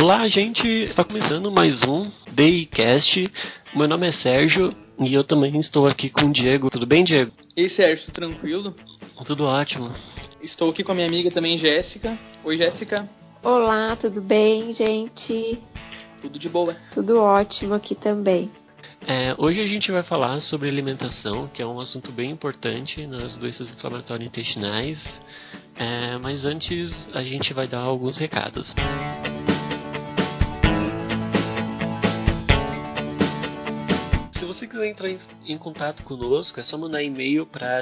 Olá, gente! Está começando mais um DICast. Meu nome é Sérgio e eu também estou aqui com o Diego. Tudo bem, Diego? Ei, Sérgio, tudo tranquilo? Tudo ótimo. Estou aqui com a minha amiga também, Jéssica. Oi, Jéssica. Olá, tudo bem, gente? Tudo de boa. Tudo ótimo aqui também. Hoje a gente vai falar sobre alimentação, que é um assunto bem importante nas doenças inflamatórias intestinais. Mas antes a gente vai dar alguns recados. Se você quiser entrar em contato conosco, é só mandar e-mail para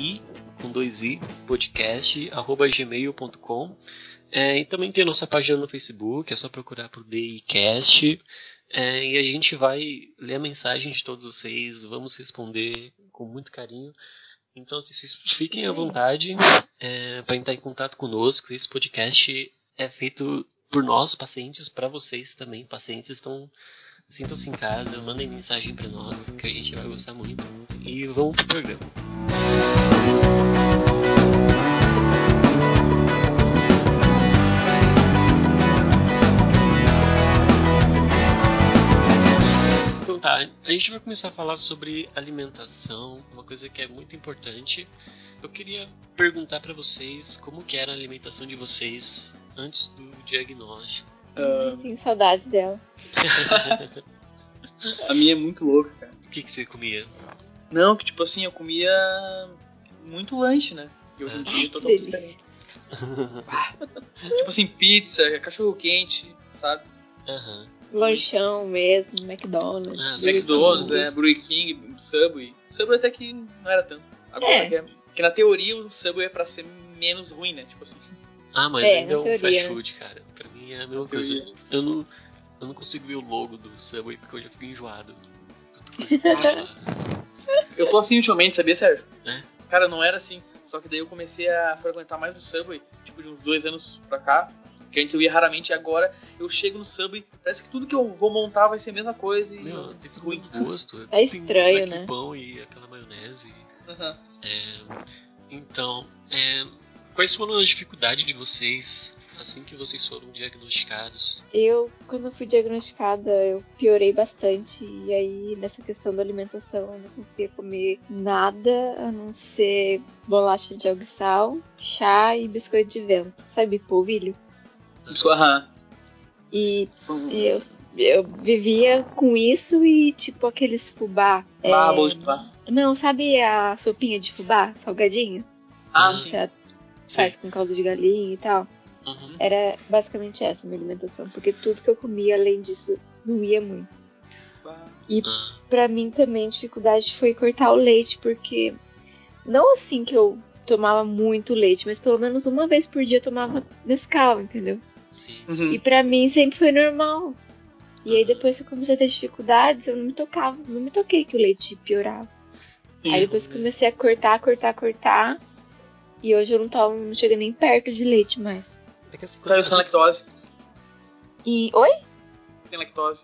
podcast@gmail.com. E também tem nossa página no Facebook, é só procurar por DICast. E a gente vai ler a mensagem de todos vocês, vamos responder com muito carinho. Então, vocês fiquem à vontade para entrar em contato conosco. Esse podcast é feito por nós, pacientes, para vocês também, pacientes. Então, sintam-se em casa, mandem mensagem para nós, que a gente vai gostar muito. E vamos pro programa. Então tá, a gente vai começar a falar sobre alimentação, uma coisa que é muito importante. Eu queria perguntar para vocês como que era a alimentação de vocês antes do diagnóstico. Tenho saudades dela. A minha é muito louca, cara. O que você comia? Não, que tipo assim, eu comia muito lanche, né? E hoje em dia é totalmente diferente. Tipo assim, pizza, cachorro quente, sabe? Aham. Lanchão mesmo, McDonald's. McDonald's, Burger King, Subway. Subway até que não era tanto. Agora que na teoria o Subway é pra ser menos ruim, né? Tipo assim. Mas ainda é um teoria, fast food, cara. Pra mim é a mesma coisa. Eu não consigo ver o logo do Subway porque eu já fico enjoado. Eu tô assim ultimamente, sabia, Sérgio? Cara, não era assim. Só que daí eu comecei a frequentar mais o Subway, tipo de uns 2 anos pra cá. Que antes eu ia raramente, e agora eu chego no Subway, parece que tudo que eu vou montar vai ser a mesma coisa e tem tudo ruim gosto. É estranho, né? Pão e aquela maionese. Uhum. Então, quais foram as dificuldades de vocês assim que vocês foram diagnosticados? Quando eu fui diagnosticada, eu piorei bastante. E aí, nessa questão da alimentação, eu não conseguia comer nada a não ser bolacha de água e sal, chá e biscoito de vento. Sabe, polvilho? E eu vivia com isso e tipo aqueles fubá. Bolo de fubá. Não, sabe a sopinha de fubá, salgadinho? Sim. Você faz com caldo de galinha e tal. Uhum. Era basicamente essa a minha alimentação, porque tudo que eu comia além disso doía muito. E pra mim também a dificuldade foi cortar o leite, porque não assim que eu tomava muito leite, mas pelo menos uma vez por dia eu tomava Nescau, entendeu? Uhum. E pra mim sempre foi normal. E aí depois que eu comecei a ter dificuldades, eu não me toquei que o leite piorava. Aí depois comecei a cortar. E hoje eu não chego nem perto de leite mais. Caiu sem lactose. Oi? Tem lactose.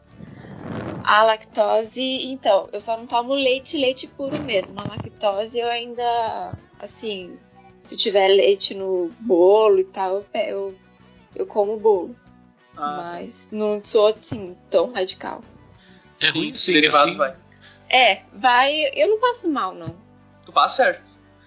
A lactose, então, eu só não tomo leite puro mesmo. A lactose eu ainda, assim, se tiver leite no bolo e tal, eu como o bolo. Mas não sou, assim, tão radical. É ruim sim, derivados assim? Vai. Eu não passo mal, não. Tu passa, Sérgio?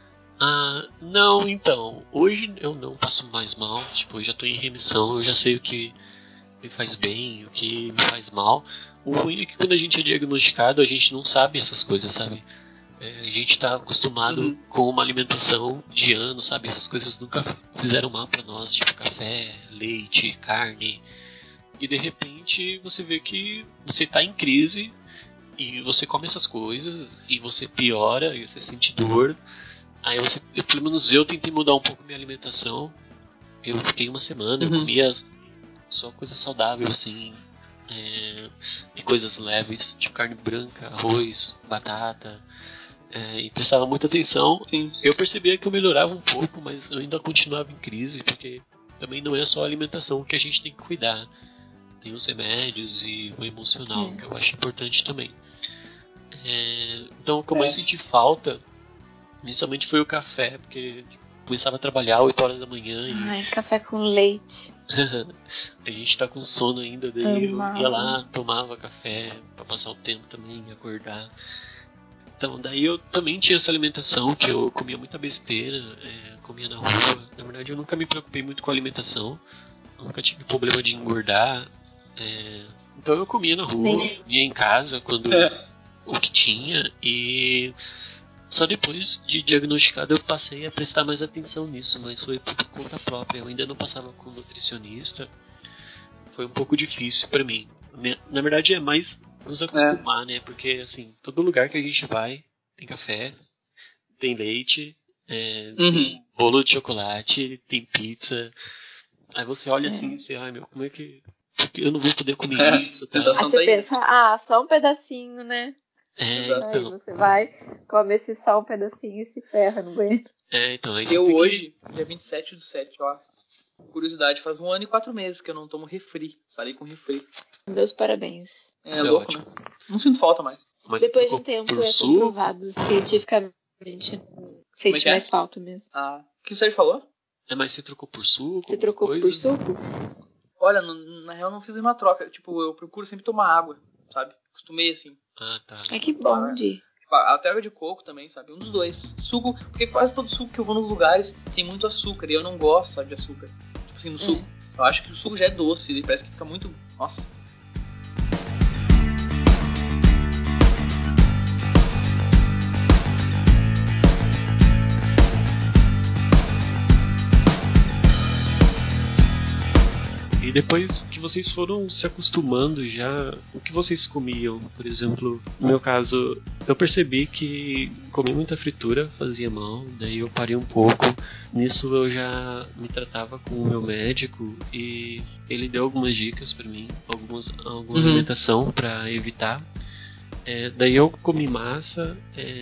Não, então. Hoje eu não passo mais mal. Tipo, eu já tô em remissão, eu já sei o que me faz bem, o que me faz mal. O ruim é que quando a gente é diagnosticado, a gente não sabe essas coisas, sabe? A gente tá acostumado com uma alimentação de anos, sabe? Essas coisas nunca fizeram mal pra nós, tipo café, leite, carne. E de repente você vê que você tá em crise e você come essas coisas e você piora e você sente dor. Aí pelo menos eu tentei mudar um pouco minha alimentação. Eu fiquei uma semana, eu comia só coisa saudável assim, e coisas leves, tipo carne branca, arroz, batata, e prestava muita atenção. Sim. Eu percebia que eu melhorava um pouco, mas eu ainda continuava em crise, porque também não é só a alimentação que a gente tem que cuidar. Tem os remédios e o emocional, que eu acho importante também. Então o que eu mais senti falta, inicialmente, foi o café, porque começava a trabalhar 8 horas da manhã e Ai, café com leite. a gente tá com sono ainda, daí eu Amava. ia lá, tomava café pra passar o tempo também, acordar. Então, daí eu também tinha essa alimentação, que eu comia muita besteira, comia na rua. Na verdade, eu nunca me preocupei muito com a alimentação, nunca tive problema de engordar. Então eu comia na rua, comia em casa quando o que tinha, e só depois de diagnosticado eu passei a prestar mais atenção nisso, mas foi por conta própria. Eu ainda não passava com nutricionista, foi um pouco difícil pra mim. Na verdade é mais nos acostumar, né? Porque assim, todo lugar que a gente vai tem café, tem leite, tem bolo de chocolate, tem pizza. Aí você olha assim e você, ai meu, como é que eu não vou poder comer isso, tá? Aí você pensa, só um pedacinho, né? Então. Aí você vai, come esse só um pedacinho e se ferra no banheiro. Então. Aí eu hoje, dia 27/7, ó. Curiosidade, faz 1 ano e 4 meses que eu não tomo refri. Sarei com refri. Meus parabéns. É louco, ótimo, né? Não sinto falta mais. Mas depois de um tempo é comprovado cientificamente. A gente sente mais falta mesmo. O que o Sérgio falou? Mas você trocou por suco? Você trocou por suco? Olha, na real não fiz nenhuma troca. Tipo, eu procuro sempre tomar água, sabe? Acostumei assim. Tá. Ai, que bom, Di. Tipo, até água de coco também, sabe? Um dos dois. Suco, porque quase todo suco que eu vou nos lugares tem muito açúcar. E eu não gosto, sabe, de açúcar. Tipo assim, no suco. Eu acho que o suco já é doce. E parece que fica muito... Nossa. E depois que vocês foram se acostumando já, o que vocês comiam? Por exemplo, no meu caso, eu percebi que comer muita fritura fazia mal, daí eu parei um pouco. Nisso eu já me tratava com o meu médico e ele deu algumas dicas pra mim, alguma alimentação pra evitar. Daí eu comi massa,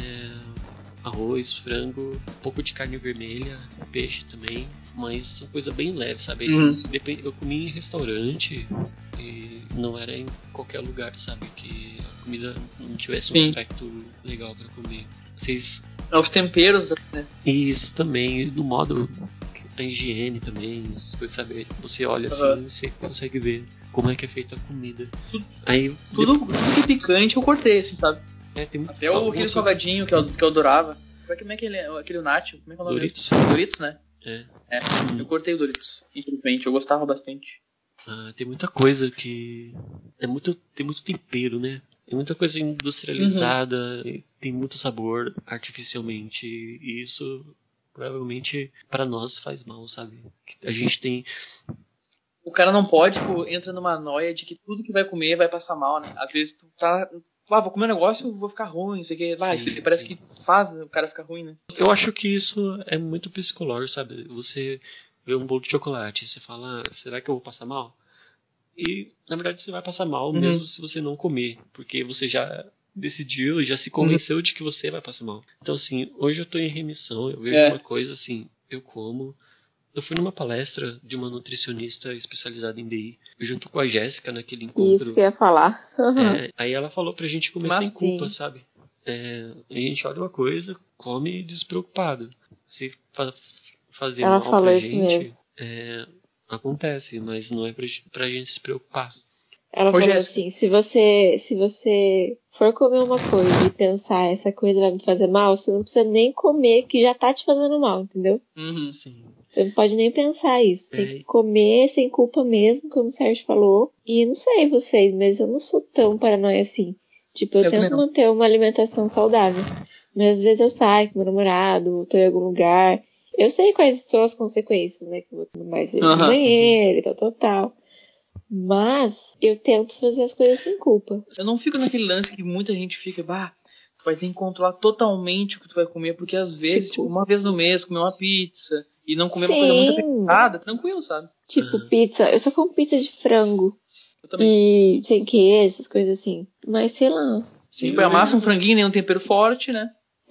arroz, frango, um pouco de carne vermelha, peixe também, mas são coisa bem leve, sabe? Eu comi em restaurante e não era em qualquer lugar, sabe? Que a comida não tivesse um aspecto legal pra comer. Os temperos, né? Isso também, do modo, a higiene também, essas coisas, sabe? Você olha assim, você consegue ver como é que é feita a comida. Tudo que é picante eu cortei, assim, sabe? Tem até aquele salgadinho que eu adorava. Como é que ele é? Aquele nacho? Como é que é o nome Doritos? Doritos, né? Eu cortei o Doritos, infelizmente. Eu gostava bastante. Tem muita coisa que... tem muito tempero, né? Tem muita coisa industrializada, tem muito sabor artificialmente, e isso provavelmente pra nós faz mal, sabe? A gente tem... O cara não pode, tipo, entra numa noia de que tudo que vai comer vai passar mal, né? Às vezes tu tá... vou comer um negócio, vou ficar ruim, isso aqui. Isso parece que faz o cara ficar ruim, né? Eu acho que isso é muito psicológico, sabe? Você vê um bolo de chocolate, você fala, será que eu vou passar mal? E, na verdade, você vai passar mal mesmo se você não comer, porque você já decidiu, já se convenceu de que você vai passar mal. Então, assim, hoje eu tô em remissão, eu vejo uma coisa assim, eu como... Eu fui numa palestra de uma nutricionista especializada em DI, junto com a Jéssica naquele encontro. Isso que eu ia falar. Aí ela falou pra gente comer sem culpa, sabe? A gente olha uma coisa, come despreocupado. Se fazer ela mal falou pra isso gente, acontece, mas não é pra gente se preocupar. Ela falou assim, se você for comer uma coisa e pensar, essa coisa vai me fazer mal, você não precisa nem comer, que já tá te fazendo mal, entendeu? Sim. Você não pode nem pensar isso. Tem que comer sem culpa mesmo, como o Sérgio falou. E não sei vocês, mas eu não sou tão paranoia assim. Tipo, eu tento manter uma alimentação saudável. Mas às vezes eu saio com meu namorado, tô em algum lugar. Eu sei quais são as consequências, né? Que eu vou ter mais vezes no banheiro e tal. Mas eu tento fazer as coisas sem culpa. Eu não fico naquele lance que muita gente fica, tu vai ter que controlar totalmente o que tu vai comer, porque às vezes, tipo, uma vez no mês, comer uma pizza e não comer uma coisa muito apertada, tranquilo, sabe? Tipo, pizza, eu só como pizza de frango. Eu também. E sem queijo, essas coisas assim. Mas sei lá. Tipo, amassa um franguinho, nem um tempero forte, né?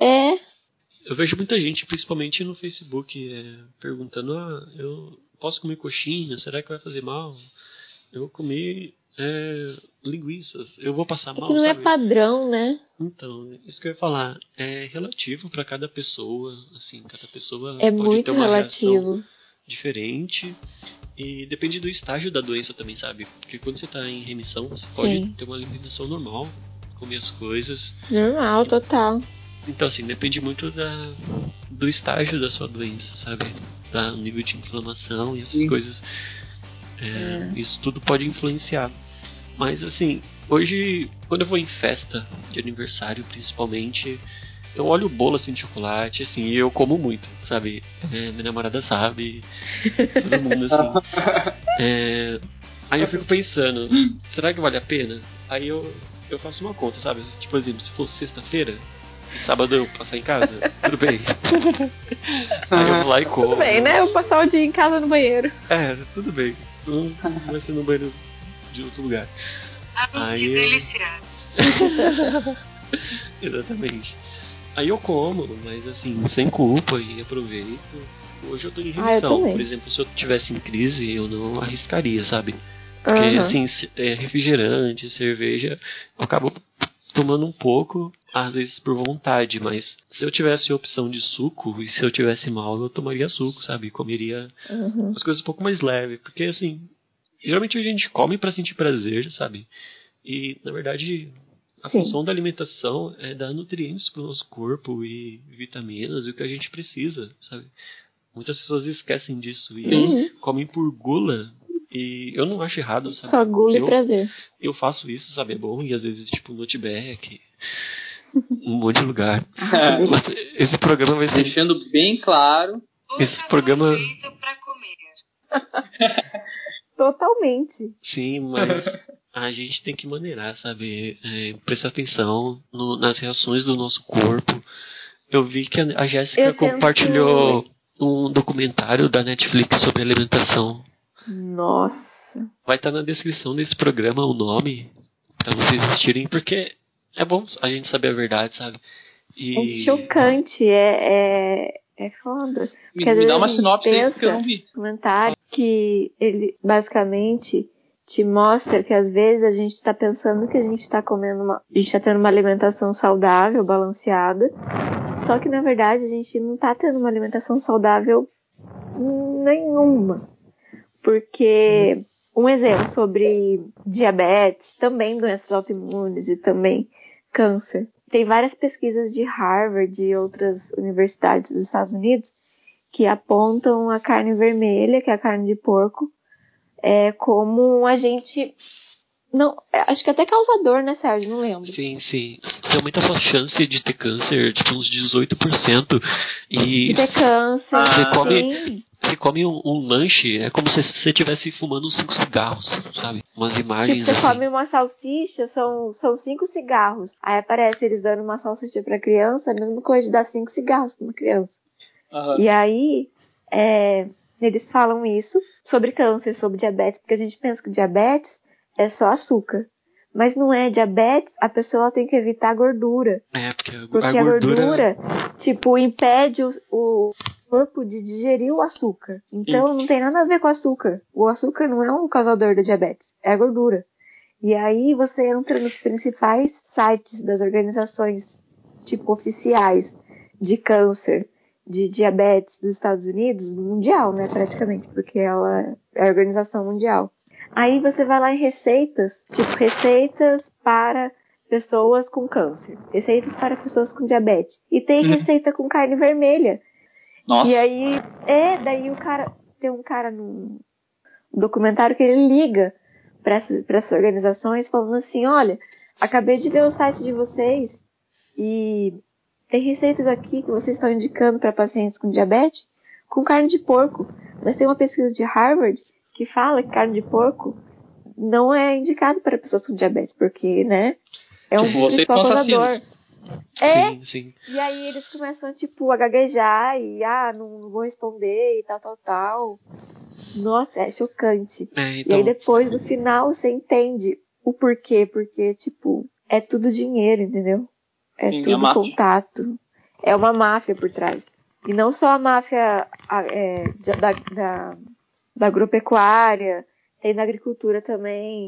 Eu vejo muita gente, principalmente no Facebook, perguntando, eu posso comer coxinha? Será que vai fazer mal? Eu comi linguiças, eu vou passar mal, Que não é sabe? padrão, né? Então, isso que eu ia falar, é relativo pra cada pessoa, assim, cada pessoa É pode muito ter uma reação relativo. diferente e depende do estágio da doença também, sabe? Porque quando você tá em remissão, você pode Sim. ter uma alimentação normal, comer as coisas. Normal, total. Então, assim, depende muito do estágio da sua doença, sabe? Do nível de inflamação e essas Sim. coisas. Isso tudo pode influenciar. Mas, assim, hoje, quando eu vou em festa de aniversário, principalmente, eu olho o bolo, assim, de chocolate, assim, e eu como muito, sabe? Minha namorada sabe, todo mundo, assim. Aí eu fico pensando, será que vale a pena? Aí eu faço uma conta, sabe? Tipo, por exemplo, se fosse sexta-feira, sábado eu passar em casa, tudo bem. Aí eu vou lá e como. Tudo bem, né? Eu vou passar o dia em casa no banheiro. Tudo bem. Não vai ser no banheiro de outro lugar. Aí que delícia. Exatamente. Aí eu como, mas assim, sem culpa e aproveito. Hoje eu tô em eu remissão. também. Por exemplo, se eu tivesse em crise, eu não arriscaria, sabe? Porque, Aham. assim, refrigerante, cerveja, eu acabo tomando um pouco, às vezes por vontade, mas se eu tivesse opção de suco, e se eu tivesse mal, eu tomaria suco, sabe? Comeria Uhum. as coisas um pouco mais leves, porque, assim, geralmente a gente come pra sentir prazer, sabe? E, na verdade, a Sim. função da alimentação é dar nutrientes pro nosso corpo e vitaminas e o que a gente precisa, sabe? Muitas pessoas esquecem disso e comem por gula. E eu não acho errado, sabe? Só gula e prazer. Eu faço isso, sabe? É bom. E às vezes, tipo, no Outback, um monte de lugar. Mas esse programa vai ser... Deixando bem claro. Esse programa... Feito pra comer. Totalmente. Sim, mas a gente tem que maneirar, sabe? Prestar atenção nas reações do nosso corpo. Eu vi que a Jéssica compartilhou um documentário da Netflix sobre alimentação. Nossa. Vai estar na descrição desse programa o nome, pra vocês assistirem, porque é bom a gente saber a verdade, sabe? É chocante, é foda. Me dá uma sinopse aí, porque eu não vi. Comentário que ele basicamente te mostra que às vezes a gente está pensando que a gente está comendo a gente está tendo uma alimentação saudável, balanceada, só que na verdade a gente não está tendo uma alimentação saudável nenhuma. Porque um exemplo sobre diabetes, também doenças autoimunes e também câncer. Tem várias pesquisas de Harvard e outras universidades dos Estados Unidos que apontam a carne vermelha, que é a carne de porco, como um agente... Não, acho que até causador, né, Sérgio? Não lembro. Sim. Você aumenta a sua chance de ter câncer, tipo, uns 18%. E de ter câncer. Você come um lanche, é como se você estivesse fumando 5 cigarros, sabe? Umas imagens tipo, você assim. come uma salsicha, são 5 cigarros. Aí aparece eles dando uma salsicha pra criança, a mesma coisa de dar 5 cigarros pra uma criança. Uhum. E aí, eles falam isso sobre câncer, sobre diabetes, porque a gente pensa que diabetes é só açúcar. Mas não é diabetes, a pessoa tem que evitar a gordura. Porque a gordura tipo, impede o corpo de digerir o açúcar. Então não tem nada a ver com o açúcar. O açúcar não é um causador da diabetes, é a gordura. E aí você entra nos principais sites das organizações, tipo, oficiais de câncer, de diabetes dos Estados Unidos, mundial, né, praticamente, porque ela é a organização mundial. Aí você vai lá em receitas, tipo, receitas para pessoas com câncer, receitas para pessoas com diabetes. E tem receita com carne vermelha. Nossa. E aí, daí tem um cara no documentário que ele liga para essas organizações falando assim, olha, acabei de ver o site de vocês e tem receitas aqui que vocês estão indicando para pacientes com diabetes com carne de porco. Mas tem uma pesquisa de Harvard que fala que carne de porco não é indicado para pessoas com diabetes, porque, né, é um principal causador. Sim. E aí eles começam, tipo, a gaguejar e, não vou responder e tal. Nossa, é chocante. Então... E aí depois, no final, você entende o porquê. Porque, tipo, é tudo dinheiro, entendeu? Sim, tudo contato. É uma máfia por trás. E não só a máfia da agropecuária, tem na agricultura também.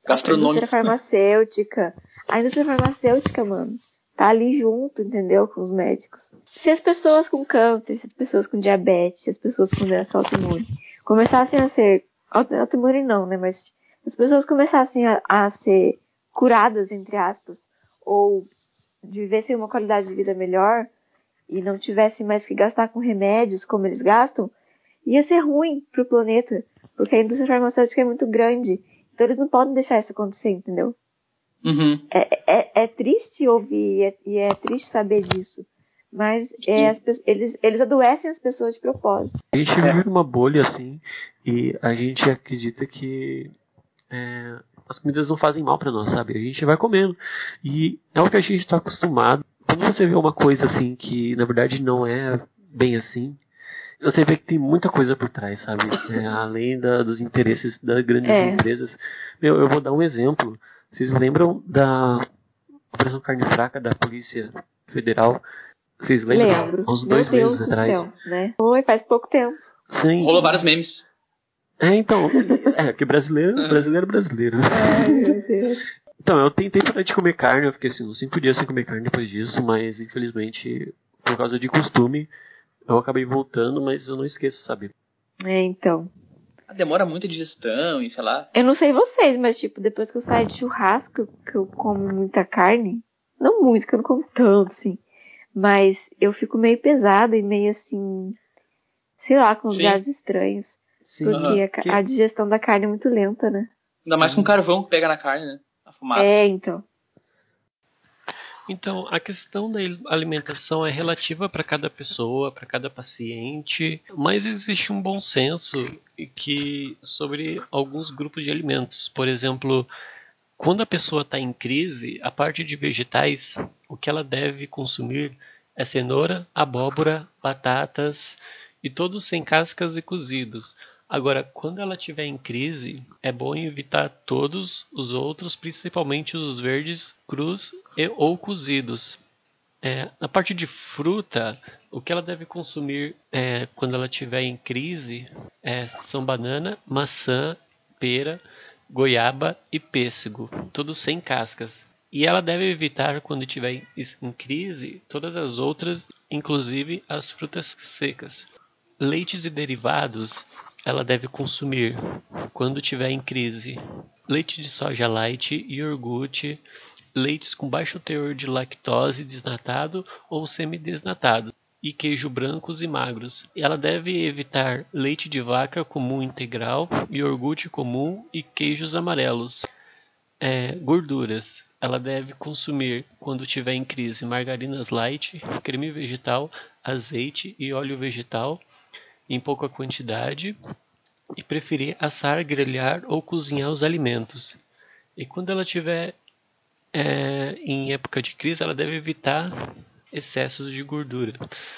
Gastronômico. A indústria farmacêutica, mano, tá ali junto, entendeu? Com os médicos. Se as pessoas com câncer, se as pessoas com diabetes, se as pessoas com doença autoimune começassem a ser... Autoimune não, né? Mas se as pessoas começassem a ser curadas, entre aspas, ou vivessem uma qualidade de vida melhor e não tivessem mais que gastar com remédios como eles gastam, ia ser ruim pro planeta, porque a indústria farmacêutica é muito grande. Então eles não podem deixar isso acontecer, entendeu? Uhum. É triste ouvir e é triste saber disso. Mas eles adoecem as pessoas de propósito. A gente vive numa bolha assim e a gente acredita que as comidas não fazem mal pra nós, sabe? A gente vai comendo. E é o que a gente tá acostumado. Quando você vê uma coisa assim que na verdade não é bem assim, você vê que tem muita coisa por trás, sabe? Além dos interesses das grandes empresas. Eu vou dar um exemplo. Vocês lembram da Operação Carne Fraca da Polícia Federal? Vocês lembram? Lembro. Uns Meu 2 Deus meses do atrás. céu, né? Foi, faz pouco tempo. Sim. Rolou vários memes. Então, que brasileiro. Ai, meu Deus. Então, eu tentei parar de comer carne, eu fiquei assim, uns 5 dias sem comer carne depois disso, mas infelizmente, por causa de costume, eu acabei voltando, mas eu não esqueço, sabe? Então. Demora muito a digestão e sei lá. Eu não sei vocês, mas tipo, depois que eu saio de churrasco, que eu como muita carne, não muito, que eu não como tanto, assim, mas eu fico meio pesada e meio assim, sei lá, com os gases estranhos. Sim. Porque a digestão da carne é muito lenta, né? Ainda mais com carvão que pega na carne, né? A fumaça. Então. Então, a questão da alimentação é relativa para cada pessoa, para cada paciente, mas existe um bom senso sobre alguns grupos de alimentos. Por exemplo, quando a pessoa está em crise, a parte de vegetais, o que ela deve consumir é cenoura, abóbora, batatas e todos sem cascas e cozidos. Agora, quando ela estiver em crise, é bom evitar todos os outros, principalmente os verdes, crus ou cozidos. Na parte de fruta, o que ela deve consumir quando ela estiver em crise são banana, maçã, pera, goiaba e pêssego, todos sem cascas. E ela deve evitar, quando estiver em crise, todas as outras, inclusive as frutas secas. Leites e derivados, ela deve consumir quando estiver em crise. Leite de soja light, iogurte, leites com baixo teor de lactose desnatado ou semidesnatado e queijo brancos e magros. Ela deve evitar leite de vaca comum integral, iogurte comum e queijos amarelos. Gorduras. Ela deve consumir, quando estiver em crise, margarinas light, creme vegetal, azeite e óleo vegetal em pouca quantidade e preferir assar, grelhar ou cozinhar os alimentos. E quando ela estiver em época de crise, ela deve evitar excessos de gordura.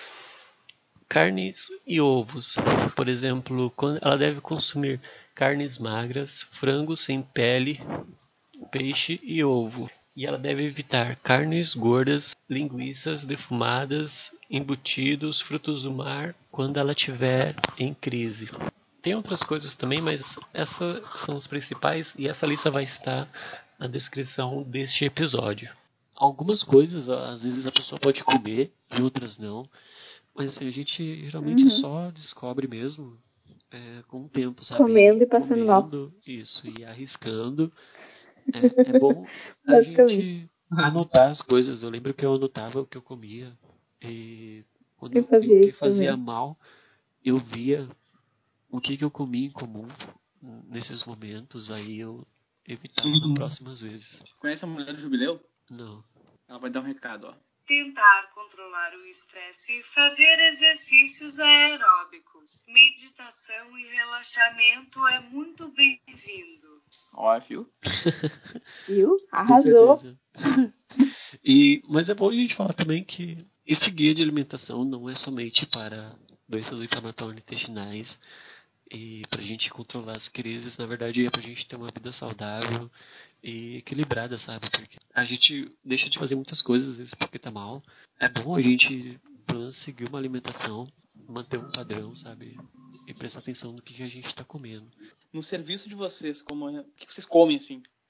Carnes e ovos. Por exemplo, ela deve consumir carnes magras, frango sem pele, peixe e ovo. E ela deve evitar carnes gordas, linguiças defumadas, embutidos, frutos do mar, quando ela estiver em crise. Tem outras coisas também, mas essas são os principais e essa lista vai estar na descrição deste episódio. Algumas coisas, às vezes a pessoa pode comer e outras não, mas assim, a gente geralmente só descobre mesmo com o tempo, sabe? Comendo e passando mal. Isso, e arriscando. É bom a gente anotar as coisas. Eu lembro que eu anotava o que eu comia e quando o que fazia mal, eu via o que eu comia em comum nesses momentos, aí eu evitava nas próximas vezes. Conhece a mulher do jubileu? Não. Ela vai dar um recado, ó. Tentar controlar o estresse e fazer exercícios aeróbicos. Meditação e relaxamento é muito bem-vindo. Ó, viu? Viu? Arrasou. Mas é bom a gente falar também que esse guia de alimentação não é somente para doenças inflamatórias intestinais e para a gente controlar as crises. Na verdade é para a gente ter uma vida saudável e equilibrada, sabe? Porque a gente deixa de fazer muitas coisas às vezes porque tá mal. É bom a gente pelo menos seguir uma alimentação, manter um padrão, sabe? E prestar atenção no que a gente tá comendo. No serviço de vocês, o que vocês comem, assim,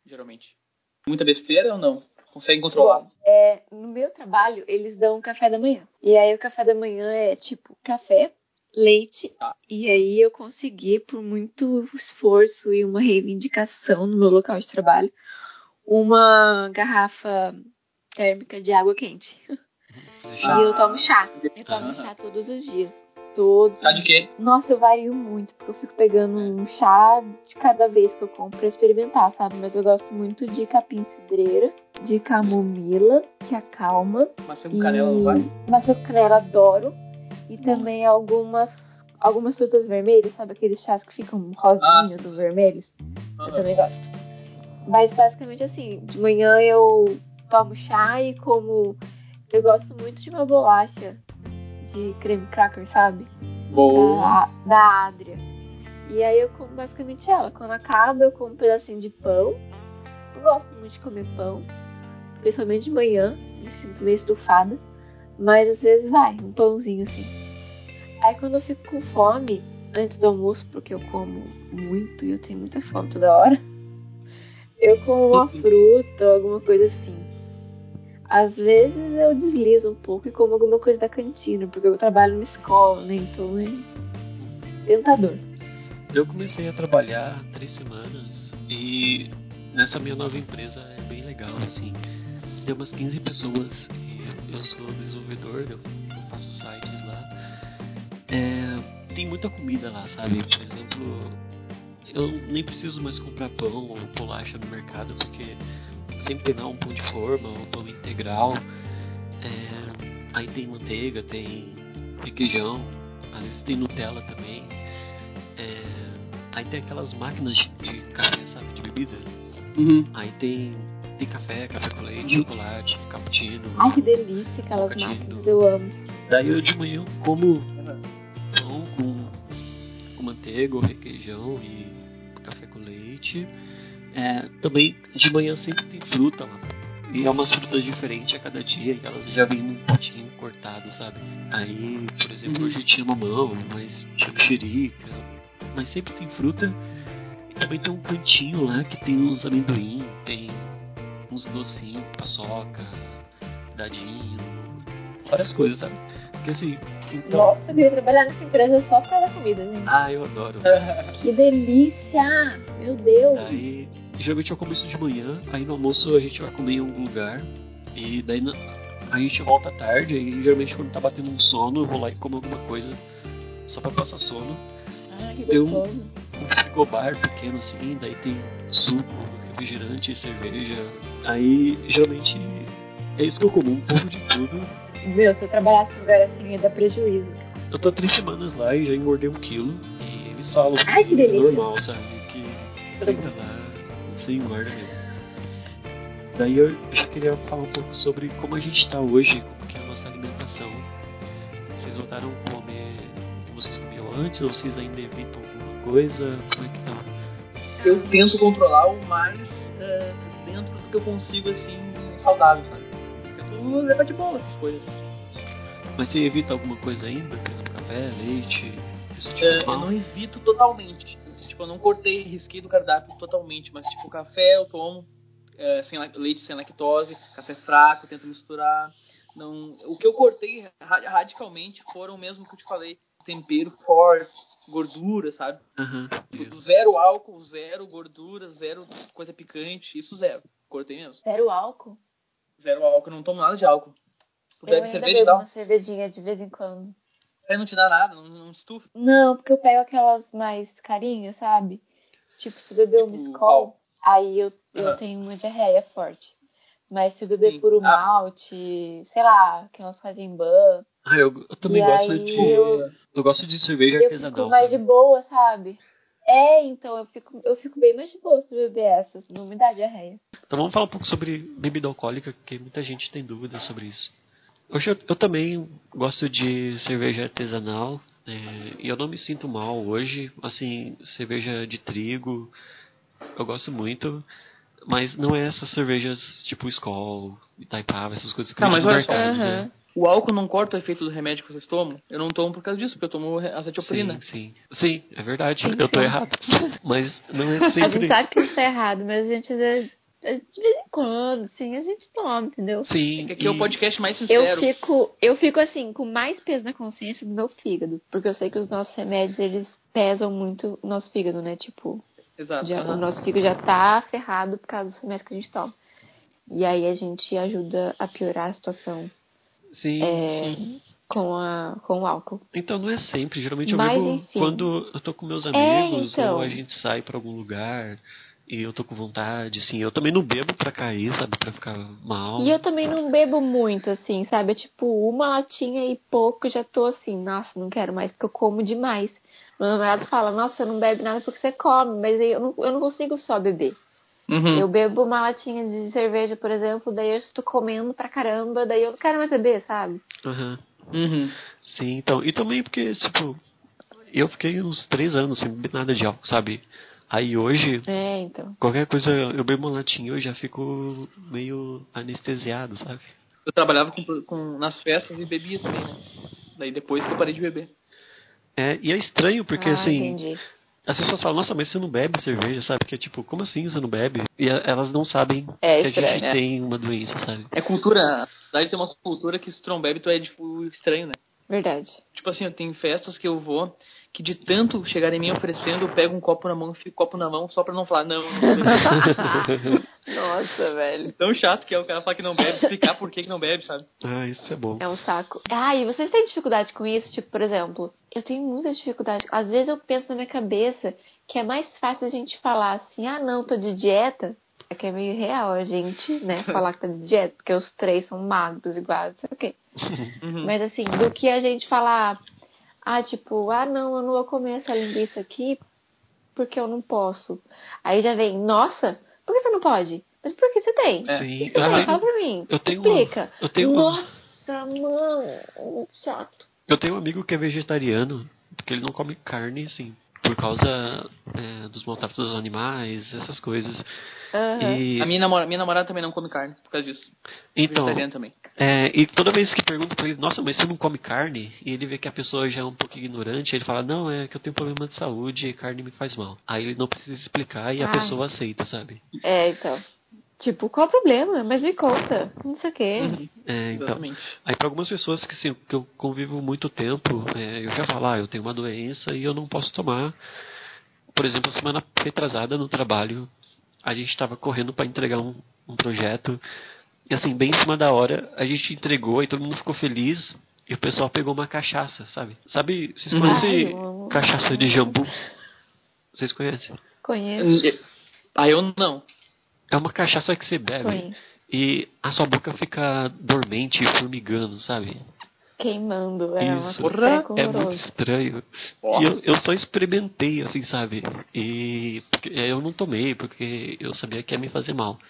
geralmente? Muita besteira ou não? Consegue controlar? No meu trabalho, eles dão café da manhã. E aí o café da manhã é tipo café, leite. E aí eu consegui, por muito esforço e uma reivindicação no meu local de trabalho, uma garrafa térmica de água quente. E eu tomo chá. Eu tomo chá todos os dias. Chá de quê? Nossa, eu vario muito, porque eu fico pegando um chá de cada vez que eu compro pra experimentar, sabe? Mas eu gosto muito de capim-cidreira, de camomila, que acalma. Maçã com canela não vai? Maçã com canela, adoro. E também algumas frutas vermelhas, sabe? Aqueles chás que ficam rosinhos ou vermelhos. Eu também gosto. Mas basicamente assim, de manhã eu tomo chá e como... Eu gosto muito de uma bolacha de creme cracker, sabe? Boa. Da Adria. E aí eu como basicamente ela. Quando acaba, eu como um pedacinho de pão. Eu gosto muito de comer pão, especialmente de manhã. Me sinto meio estufada. Mas às vezes vai, um pãozinho assim. Aí quando eu fico com fome, antes do almoço, porque eu como muito e eu tenho muita fome toda hora, eu como uma fruta, alguma coisa assim. Às vezes eu deslizo um pouco e como alguma coisa da cantina, porque eu trabalho na escola, né? Então é tentador. Eu comecei a trabalhar há 3 semanas e nessa minha nova empresa é bem legal, assim. Tem umas 15 pessoas e eu sou desenvolvedor, eu faço sites lá. Tem muita comida lá, sabe? Por exemplo, eu nem preciso mais comprar pão ou bolacha no mercado, porque sempre tem lá um pão de forma, um pão integral. Aí tem manteiga, tem requeijão, às vezes tem Nutella também. Aí tem aquelas máquinas de café, sabe, de bebida. Aí tem café com leite, chocolate, cappuccino. Ai, que delícia aquelas máquinas, eu amo. Daí eu de manhã como pão com manteiga ou requeijão e café com leite. Também de manhã sempre tem fruta lá. E é umas frutas diferentes a cada dia e elas já vêm num potinho cortado, sabe? Aí, por exemplo, hoje tinha mamão, mas tinha mexerica, mas sempre tem fruta. E também tem um cantinho lá que tem uns amendoim, tem uns docinhos, paçoca, dadinho, várias coisas, sabe? Porque assim, então... Nossa, eu queria trabalhar nessa empresa só por causa da comida, gente. Ah, eu adoro. Que delícia! Meu Deus! Daí, geralmente eu como isso de manhã, aí no almoço a gente vai comer em algum lugar, e daí a gente volta à tarde, e geralmente quando tá batendo um sono, eu vou lá e como alguma coisa só pra passar sono. Ah, que Tem gostoso. um frigobar pequeno assim, daí tem suco, refrigerante, cerveja. Aí geralmente é isso que eu como, um pouco de tudo. Meu, se eu trabalhasse num lugar assim ia dar prejuízo. Eu tô 3 semanas lá e já engordei 1 quilo. E eles falam Ai, que delícia. é normal, sabe? Que fica lá, você engorda mesmo. Daí eu já queria falar um pouco sobre como a gente tá hoje, como que é a nossa alimentação. Vocês voltaram a comer o que vocês comiam antes, ou vocês ainda evitam alguma coisa? Como é que tá? Eu tento controlar o mais dentro do que eu consigo, assim, saudável, sabe? Tento levar de boa essas coisas. Mas você evita alguma coisa ainda? Por exemplo, café, leite? Isso te faz mal? Eu não evito totalmente. Tipo, eu não risquei do cardápio totalmente, mas tipo, café eu tomo, leite sem lactose, café fraco, tento misturar. Não, o que eu cortei radicalmente foram mesmo que eu te falei, tempero forte, gordura, sabe? Zero álcool, zero gordura, zero coisa picante, isso zero. Cortei mesmo. Zero álcool? Zero álcool, eu não tomo nada de álcool. Tu eu bebe ainda cerveja, bebo uma cervejinha de vez em quando. Aí não te dá nada, não estufa? Não, porque eu pego aquelas mais carinhas, sabe? Tipo, se beber um Skol, aí eu tenho uma diarreia forte. Mas se beber puro malte, sei lá, que elas fazem ban. Eu também gosto eu gosto de cerveja artesanal. Eu fico mais de boa, sabe? Então eu fico bem mais de boa se beber essas, não me dá diarreia. Então vamos falar um pouco sobre bebida alcoólica, porque muita gente tem dúvidas sobre isso. Hoje eu também gosto de cerveja artesanal, e eu não me sinto mal hoje. Assim, cerveja de trigo, eu gosto muito, mas não é essas cervejas tipo Skol, Itaipava, essas coisas que a gente no mercado, né? O álcool não corta o efeito do remédio que vocês tomam? Eu não tomo por causa disso, porque eu tomo acetioprina. Sim, é verdade. Eu tô errado. Mas não é sempre... A gente sabe que isso tá errado, mas a gente De vez em quando, sim, a gente toma, entendeu? Sim. Que aqui é o podcast mais Eu sincero. fico assim, com mais peso na consciência do meu fígado. Porque eu sei que os nossos remédios, eles pesam muito o nosso fígado, né? Tipo, Exato. o nosso fígado já tá ferrado por causa dos remédios que a gente toma. E aí a gente ajuda a piorar a situação Sim. com o álcool. Então não é sempre. Geralmente eu Mas, bebo enfim. quando eu tô com meus amigos então. ou a gente sai pra algum lugar e eu tô com vontade, assim. Eu também não bebo pra cair, sabe? Pra ficar mal. E eu também não bebo muito, assim, sabe? É tipo uma latinha e pouco, já tô assim, nossa, não quero mais, porque eu como demais. Meu namorado fala, nossa, você não bebe nada porque você come, mas aí eu não consigo só beber. Uhum. Eu bebo uma latinha de cerveja, por exemplo, daí eu estou comendo pra caramba, daí eu não quero mais beber, sabe? Uhum. Sim, então. E também porque, tipo, eu fiquei uns 3 anos sem beber nada de álcool, sabe? Aí hoje, Então. qualquer coisa, eu bebo uma latinha, eu já fico meio anestesiado, sabe? Eu trabalhava nas festas e bebia também, né? Daí depois que eu parei de beber. E é estranho porque, assim, Entendi. as pessoas falam, nossa, mas você não bebe cerveja, sabe? Porque, tipo, como assim você não bebe? E elas não sabem É que a estranho, gente tem uma doença, sabe? É cultura. Na verdade, tem uma cultura que se tu não bebe, tu é, tipo, estranho, né? Verdade. Tipo assim, tem festas que eu vou que de tanto chegar em mim oferecendo, eu pego um copo na mão e fico com o copo na mão só pra não falar, não vou beber. Nossa, velho. Tão chato que é o cara falar que não bebe, explicar por que não bebe, sabe? Isso é bom. É um saco. E vocês têm dificuldade com isso? Tipo, por exemplo, eu tenho muita dificuldade. Às vezes eu penso na minha cabeça que é mais fácil a gente falar assim, não, tô de dieta. É que é meio real a gente, né, falar que tá de dieta, porque os 3 são magros iguais, ok. Uhum. Mas assim, do que a gente falar, tipo, não, eu não vou comer essa linguiça aqui porque eu não posso. Aí já vem, nossa, por que você não pode? Mas por que você tem? É. Sim, O que você tem? Fala pra mim. Explica. Nossa, mano, muito chato. Eu tenho um amigo que é vegetariano, porque ele não come carne, assim, por causa dos maltratos dos animais, essas coisas. Uhum. A minha namorada também não come carne por causa disso. Então, Vegetariana também. e toda vez que pergunto pra ele, nossa, mas você não come carne? E ele vê que a pessoa já é um pouco ignorante, ele fala, não, é que eu tenho problema de saúde e carne me faz mal. Aí ele não precisa explicar e a pessoa aceita, sabe? Então. Tipo, qual o problema? Mas me conta. Não sei o quê. Então. Exatamente. Aí pra algumas pessoas que, assim, que eu convivo muito tempo, eu já falo, eu tenho uma doença e eu não posso tomar. Por exemplo, semana retrasada no trabalho, a gente estava correndo para entregar um projeto. E assim, bem em cima da hora, a gente entregou e todo mundo ficou feliz. E o pessoal pegou uma cachaça, sabe? Sabe, vocês conhecem cachaça de jambu? Vocês conhecem? Conheço. Eu não. É uma cachaça que você bebe Conheço. e a sua boca fica dormente, formigando, sabe? Queimando. Uma Isso. treco É muito horroroso. estranho. E eu só experimentei, assim, sabe? E porque eu não tomei, porque eu sabia que ia me fazer mal.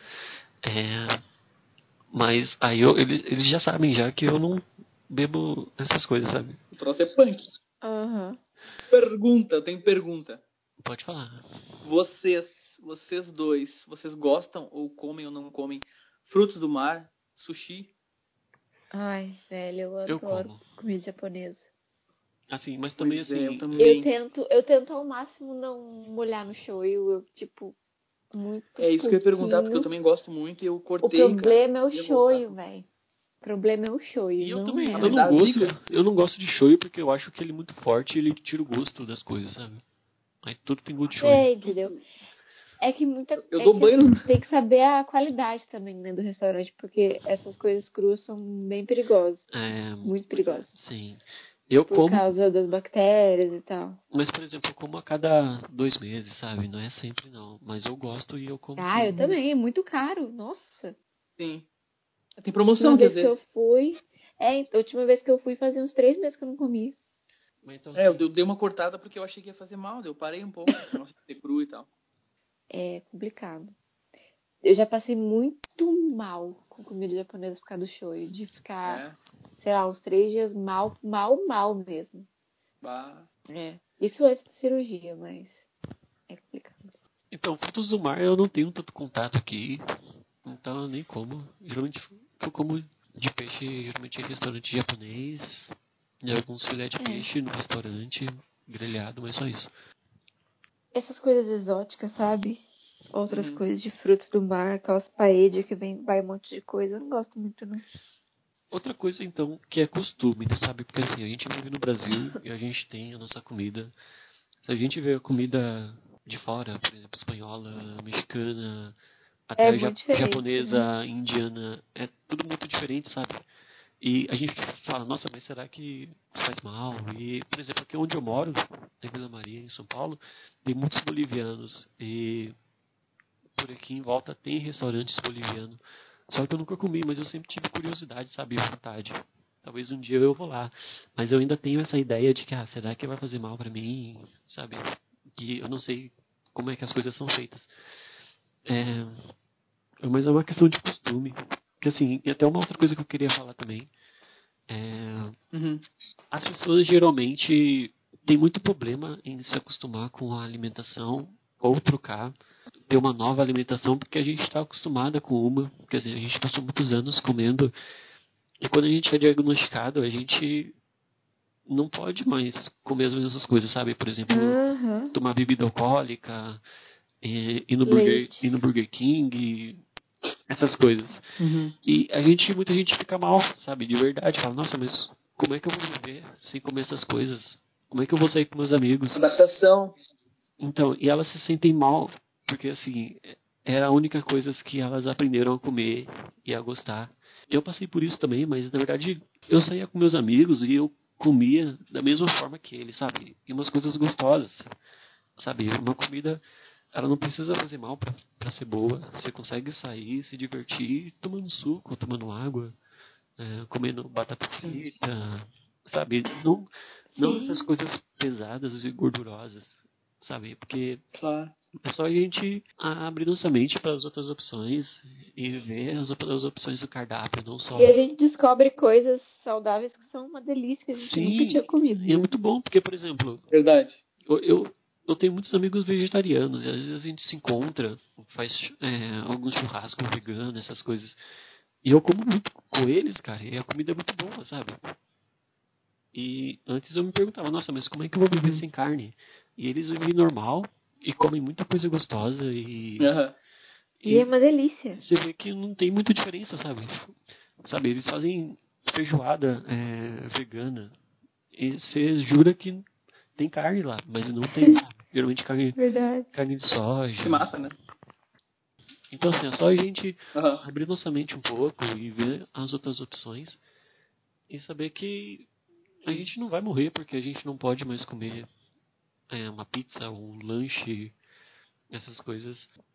Mas aí eles já sabem já que eu não bebo essas coisas, sabe? O troço é punk. Uhum. Tem pergunta. Pode falar. Vocês dois, vocês gostam ou comem ou não comem frutos do mar, sushi? Ai, velho, eu Eu adoro como. comida japonesa. Assim, mas também Pois é, eu assim. também. Eu tento ao máximo não molhar no shoyu, eu tipo, muito É isso que eu ia perguntar, porque eu pouquinho. também gosto muito e eu O cortei, problema cara. é o shoyu, velho. O problema é o shoyu, E eu não também, é. eu não gosto de shoyu porque eu acho que ele é muito forte e ele tira o gosto das coisas, sabe? Aí tudo tem gosto de shoyu. Entendeu? É que Eu dou banho. tem que saber a qualidade também, né, do restaurante, porque essas coisas cruas são bem perigosas. Muito perigosas. Sim. Eu Por como, causa das bactérias e tal. mas por exemplo, eu como a cada 2 meses, sabe? Não é sempre não. Mas eu gosto e eu como sim. Eu também, é muito caro, nossa. Sim. Tem A promoção, última quer vez que dizer. eu fui. A última vez que eu fui fazia uns 3 meses que eu não comia. Mas então, Eu dei uma cortada porque eu achei que ia fazer mal, eu parei um pouco, não ser cru e tal. É complicado. Eu já passei muito mal com comida japonesa por causa do shoyu. De ficar, sei lá, uns 3 dias mal mesmo. Bah. Isso antes da cirurgia, mas é complicado. Então, frutos do mar eu não tenho tanto contato aqui. Então eu nem como. Geralmente eu como de peixe, geralmente em restaurante japonês. E alguns filé de peixe no restaurante, grelhado, mas só isso. Essas coisas exóticas, sabe? outras coisas de frutos do mar, aquelas paella que vai um monte de coisa. Eu não gosto muito, não. Outra coisa, então, que é costume, né, sabe? Porque assim, a gente vive no Brasil e a gente tem a nossa comida. Se a gente vê a comida de fora, por exemplo, espanhola, mexicana, até muito diferente, japonesa, indiana, é tudo muito diferente, sabe? E a gente fala, nossa, mas será que faz mal? E, por exemplo, aqui onde eu moro, em Vila Maria, em São Paulo, tem muitos bolivianos. E por aqui em volta tem restaurantes bolivianos. Só que eu nunca comi, mas eu sempre tive curiosidade, sabe? E vontade. Talvez um dia eu vou lá. Mas eu ainda tenho essa ideia de que, será que vai fazer mal pra mim? Sabe? Que eu não sei como é que as coisas são feitas. Mas é uma questão de costume. Que assim, e até uma outra coisa que eu queria falar também. As pessoas geralmente têm muito problema em se acostumar com a alimentação ou trocar, ter uma nova alimentação, porque a gente está acostumada com uma. Quer dizer, a gente passou muitos anos comendo. E quando a gente é diagnosticado, a gente não pode mais comer as mesmas coisas, sabe? Por exemplo, tomar bebida alcoólica, ir no Burger King, essas coisas. E muita gente fica mal, sabe? De verdade. Fala, nossa, mas como é que eu vou viver sem comer essas coisas? Como é que eu vou sair com meus amigos? Adaptação. Então, e elas se sentem mal, porque assim, era a única coisa que elas aprenderam a comer e a gostar. Eu passei por isso também, mas na verdade eu saía com meus amigos e eu comia da mesma forma que eles, sabe? E umas coisas gostosas, sabe? Uma comida, ela não precisa fazer mal pra ser boa. Você consegue sair, se divertir, tomando suco, tomando água, comendo batata frita, sabe? Não essas coisas pesadas e gordurosas, sabe? Porque Claro. é só a gente abrir nossa mente para as outras opções e ver as outras opções do cardápio, não só... E a gente descobre coisas saudáveis que são uma delícia, que a gente nunca tinha comido. E é muito bom, porque, por exemplo... Verdade. Eu tenho muitos amigos vegetarianos, e às vezes a gente se encontra, faz algum churrasco vegano, essas coisas. E eu como muito com eles, cara, e a comida é muito boa, sabe? E antes eu me perguntava, nossa, mas como é que eu vou viver sem carne? E eles vivem normal e comem muita coisa gostosa e é uma delícia. Você vê que não tem muita diferença, sabe? Sabe, eles fazem feijoada vegana e você jura que tem carne lá, mas não tem, sabe? Geralmente carne de soja. Que massa, né? Então assim, é só a gente abrir nossa mente um pouco e ver as outras opções e saber que a gente não vai morrer porque a gente não pode mais comer uma pizza, um lanche, essas coisas.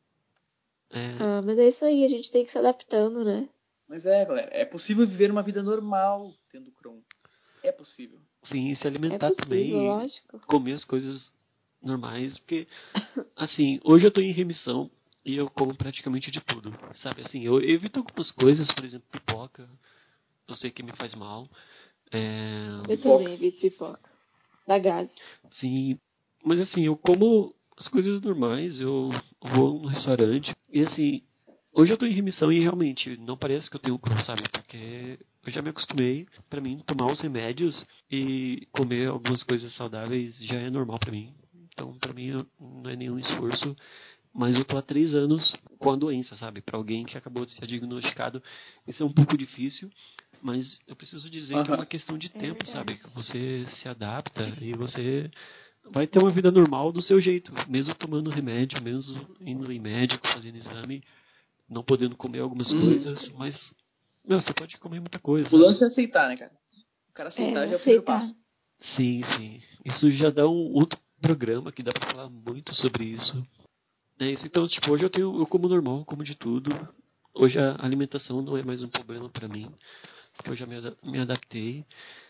Mas é isso aí, a gente tem que se adaptando, né? Mas galera, é possível viver uma vida normal tendo Crohn. É possível. Sim, se alimentar também. Lógico. Comer as coisas normais, porque assim, hoje eu tô em remissão e eu como praticamente de tudo, sabe? Assim, eu evito algumas coisas, por exemplo, pipoca, eu sei que me faz mal. Eu também evito pipoca. Da gás. Sim, mas assim, eu como as coisas normais, eu vou no restaurante e assim, hoje eu tô em remissão e realmente não parece que eu tenho Crohn, sabe? Porque eu já me acostumei, pra mim, tomar os remédios e comer algumas coisas saudáveis já é normal pra mim. Então, pra mim, não é nenhum esforço. Mas eu tô há 3 anos com a doença, sabe? Pra alguém que acabou de ser diagnosticado, isso é um pouco difícil. Mas eu preciso dizer que é uma questão de tempo, sabe? Que você se adapta e você vai ter uma vida normal do seu jeito. Mesmo tomando remédio, mesmo indo em médico, fazendo exame, não podendo comer algumas coisas, mas você pode comer muita coisa. O lance é aceitar, né, cara? O cara aceitar já é o primeiro passo. Sim, sim. Isso já dá um outro programa que dá pra falar muito sobre isso. Então, tipo, hoje eu como normal, eu como de tudo. Hoje a alimentação não é mais um problema pra mim, porque eu já me adaptei.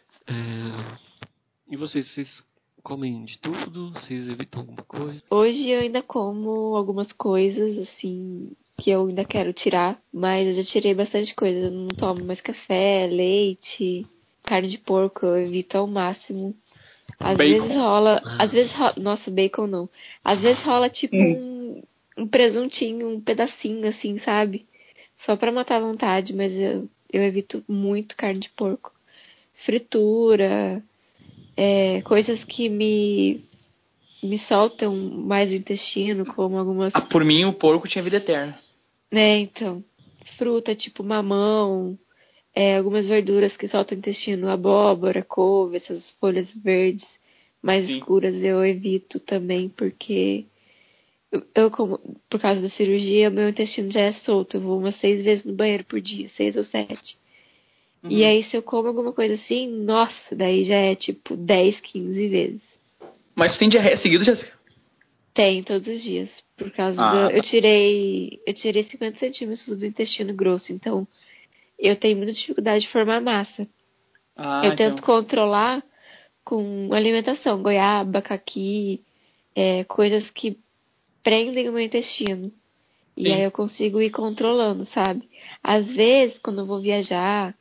E vocês comem de tudo? Vocês evitam alguma coisa? Hoje eu ainda como algumas coisas, assim, que eu ainda quero tirar, mas eu já tirei bastante coisa. Eu não tomo mais café, leite, carne de porco, eu evito ao máximo. Às vezes rola, nossa, bacon não. Às vezes rola tipo um presuntinho, um pedacinho assim, sabe? Só pra matar a vontade, mas eu evito muito carne de porco. Fritura, coisas que me me soltam mais o intestino, como algumas... Por mim, o porco tinha vida eterna. Então, fruta tipo mamão, algumas verduras que soltam o intestino, abóbora, couve, essas folhas verdes mais escuras eu evito também, porque eu como, por causa da cirurgia, meu intestino já é solto, eu vou umas 6 vezes no banheiro por dia, 6 ou 7. E aí, se eu como alguma coisa assim, nossa, daí já é tipo 10, 15 vezes. Mas tu tem diarreia seguida, Jéssica? Tem, todos os dias. Por causa tá. Eu tirei 50 centímetros do intestino grosso, então eu tenho muita dificuldade de formar massa. Eu tento controlar com alimentação, goiaba, caqui, coisas que prendem o meu intestino. E aí eu consigo ir controlando, sabe? Às vezes, quando eu vou viajar,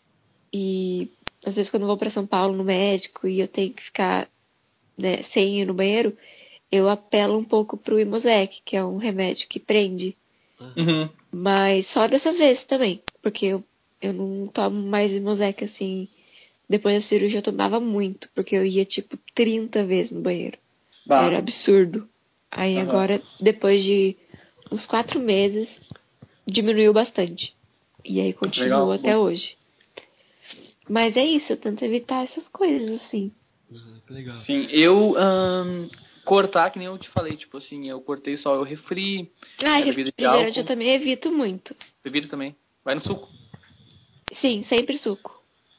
e às vezes quando eu vou para São Paulo no médico e eu tenho que ficar, né, sem ir no banheiro, eu apelo um pouco pro Imosec, que é um remédio que prende. Mas só dessa vez também, porque eu não tomo mais Imosec assim. Depois da cirurgia eu tomava muito, porque eu ia tipo 30 vezes no banheiro. Era absurdo. Aí agora, depois de uns 4 meses, diminuiu bastante. E aí continua até hoje. Mas é isso, eu tento evitar essas coisas, assim. Legal. Sim, eu cortar, que nem eu te falei, tipo assim, eu cortei só o refri, bebida de álcool. Eu também evito muito. Bebida também. Vai no suco? Sim, sempre suco.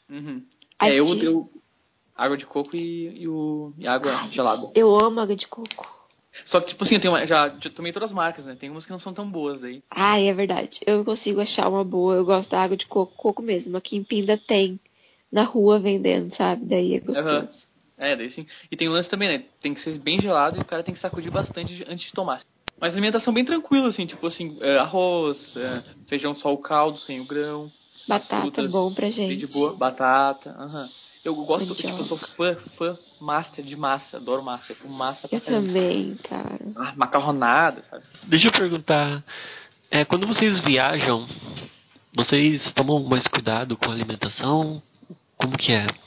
Eu água de coco e água gelada. Eu amo água de coco. Só que, tipo assim, já tomei todas as marcas, né? Tem umas que não são tão boas daí. É verdade. Eu não consigo achar uma boa. Eu gosto da água de coco mesmo. Aqui em Pinda tem. Na rua vendendo, sabe? Daí é gostoso. Daí sim. E tem um lance também, né? Tem que ser bem gelado e o cara tem que sacudir bastante antes de tomar. Mas alimentação bem tranquila, assim, tipo assim, arroz, feijão só o caldo, sem o grão. Batata frutas, bom pra gente. Bem de boa, batata, Eu gosto, tipo, eu sou fã master de massa, adoro massa, eu como massa pra caramba. Também, cara. Macarronada, sabe? Deixa eu perguntar, quando vocês viajam, vocês tomam mais cuidado com a alimentação? Como que é?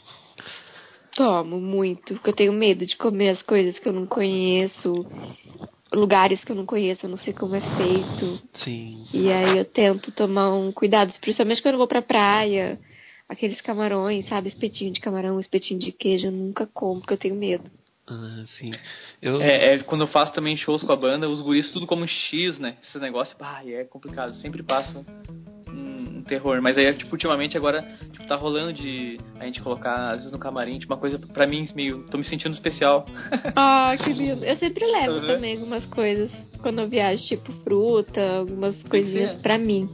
Tomo muito, porque eu tenho medo de comer as coisas que eu não conheço, lugares que eu não conheço, eu não sei como é feito. Sim. E aí eu tento tomar um cuidado, principalmente quando eu vou pra praia, aqueles camarões, sabe, espetinho de camarão, espetinho de queijo, eu nunca como, porque eu tenho medo. Sim. Quando eu faço também shows com a banda, os guris tudo como X, né? Esses negócios, é complicado, sempre passa um terror. Mas aí, tipo, ultimamente agora, tipo, tá rolando de a gente colocar, às vezes, no camarim, tipo, uma coisa pra mim, meio, tô me sentindo especial. Que lindo. Eu sempre levo também algumas coisas quando eu viajo, tipo fruta, algumas coisinhas pra mim.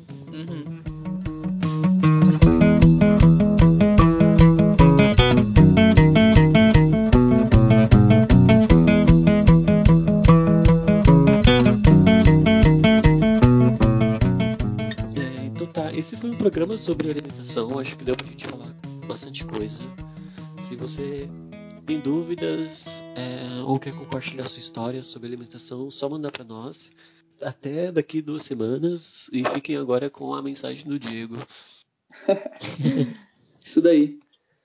Então tá, esse foi um programa sobre alimentação, acho que deu pra gente falar bastante coisa. Se você tem dúvidas ou quer compartilhar sua história sobre alimentação, só mandar pra nós. Até daqui 2 semanas e fiquem agora com a mensagem do Diego. Isso daí.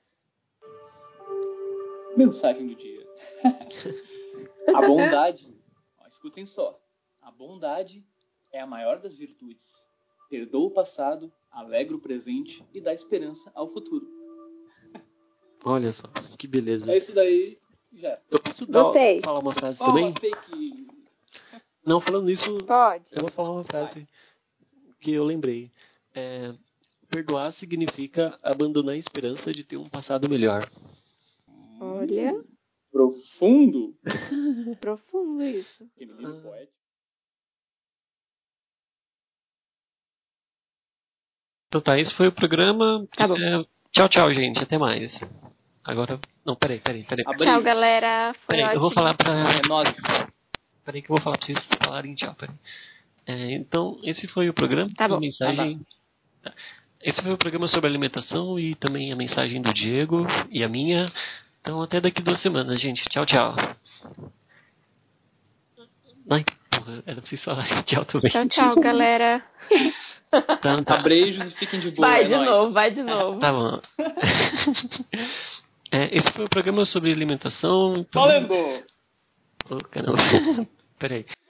Mensagem do dia. A bondade, escutem só. A bondade é a maior das virtudes. Perdoa o passado, alegra o presente e dá esperança ao futuro. Olha só, que beleza. É isso daí, já. Eu posso falar uma frase também? Uma fake. Não, falando nisso, pode. Eu vou falar uma frase que eu lembrei. Perdoar significa abandonar a esperança de ter um passado melhor. Olha. Profundo. Profundo isso. Então tá, esse foi o programa. Tá bom. Tchau, gente. Até mais. Agora... Não, peraí. Tchau, galera. Foi ótimo. Eu vou falar pra... nós. Peraí que eu vou falar pra vocês falarem tchau, peraí. Então, esse foi o programa. Tá bom. Mensagem... Tá. Esse foi o programa sobre alimentação e também a mensagem do Diego e a minha. Então, até daqui 2 semanas, gente. Tchau. Ai, porra, era pra vocês falarem tchau também. Tchau, galera. Então, tá. Abreijos e fiquem de boa. Vai de novo. Tá bom. Esse foi o programa sobre alimentação. Valendo! Caramba. Peraí.